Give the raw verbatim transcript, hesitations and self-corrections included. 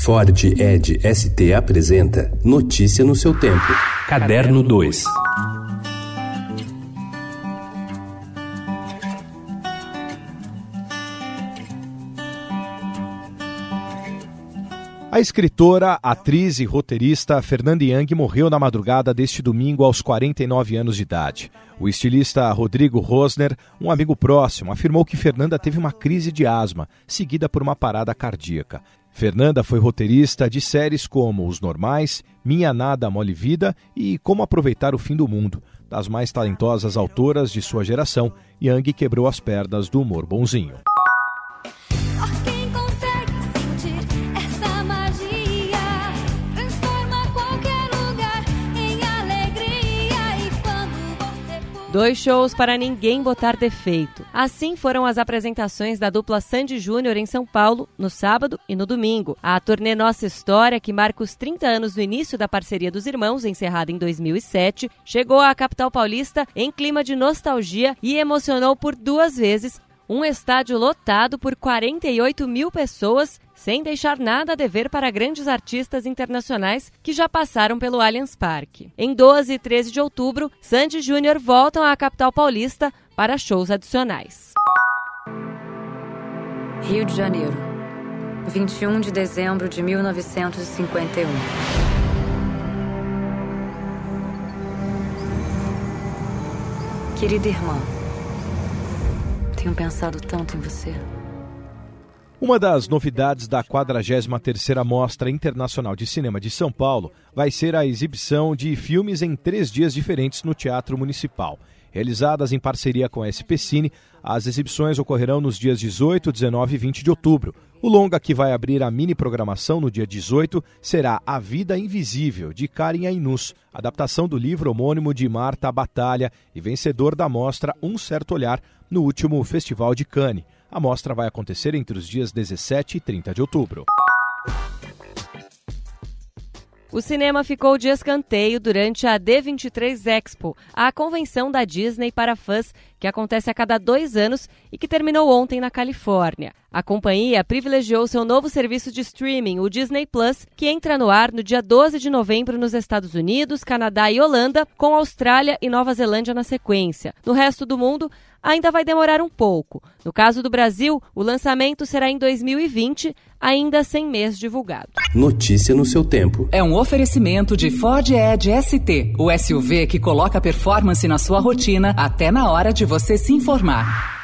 Ford Edge S T apresenta Notícia no seu tempo. Caderno dois. A escritora, atriz e roteirista Fernanda Young morreu na madrugada deste domingo aos quarenta e nove anos de idade. O estilista Rodrigo Rosner, um amigo próximo, afirmou que Fernanda teve uma crise de asma, seguida por uma parada cardíaca. Fernanda foi roteirista de séries como Os Normais, Minha Nada Mole Vida e Como Aproveitar o Fim do Mundo. Das mais talentosas autoras de sua geração, Young quebrou as pernas do humor bonzinho. Dois shows para ninguém botar defeito. Assim foram as apresentações da dupla Sandy Júnior em São Paulo, no sábado e no domingo. A turnê Nossa História, que marca os trinta anos do início da parceria dos irmãos, encerrada em dois mil e sete, chegou à capital paulista em clima de nostalgia e emocionou por duas vezes um estádio lotado por quarenta e oito mil pessoas, sem deixar nada a dever para grandes artistas internacionais que já passaram pelo Allianz Parque. Em doze e treze de outubro, Sandy Júnior voltam à capital paulista para shows adicionais. Rio de Janeiro, vinte e um de dezembro de mil novecentos e cinquenta e um. Querida irmã, tenho pensado tanto em você. Uma das novidades da quadragésima terceira Mostra Internacional de Cinema de São Paulo vai ser a exibição de filmes em três dias diferentes no Teatro Municipal. Realizadas em parceria com a S P Cine, as exibições ocorrerão nos dias dezoito, dezenove e vinte de outubro. O longa que vai abrir a mini programação no dia dezoito será A Vida Invisível, de Karen Ainus, adaptação do livro homônimo de Marta Batalha e vencedor da mostra Um Certo Olhar no último Festival de Cannes. A mostra vai acontecer entre os dias dezessete e trinta de outubro. O cinema ficou de escanteio durante a D vinte e três Expo, a convenção da Disney para fãs que acontece a cada dois anos e que terminou ontem na Califórnia. A companhia privilegiou seu novo serviço de streaming, o Disney Plus, que entra no ar no dia doze de novembro nos Estados Unidos, Canadá e Holanda, com Austrália e Nova Zelândia na sequência. No resto do mundo, ainda vai demorar um pouco. No caso do Brasil, o lançamento será em dois mil e vinte, ainda sem mês divulgado. Notícia no seu tempo. É um oferecimento de Ford Edge S T, o S U V que coloca performance na sua rotina até na hora de você se informar.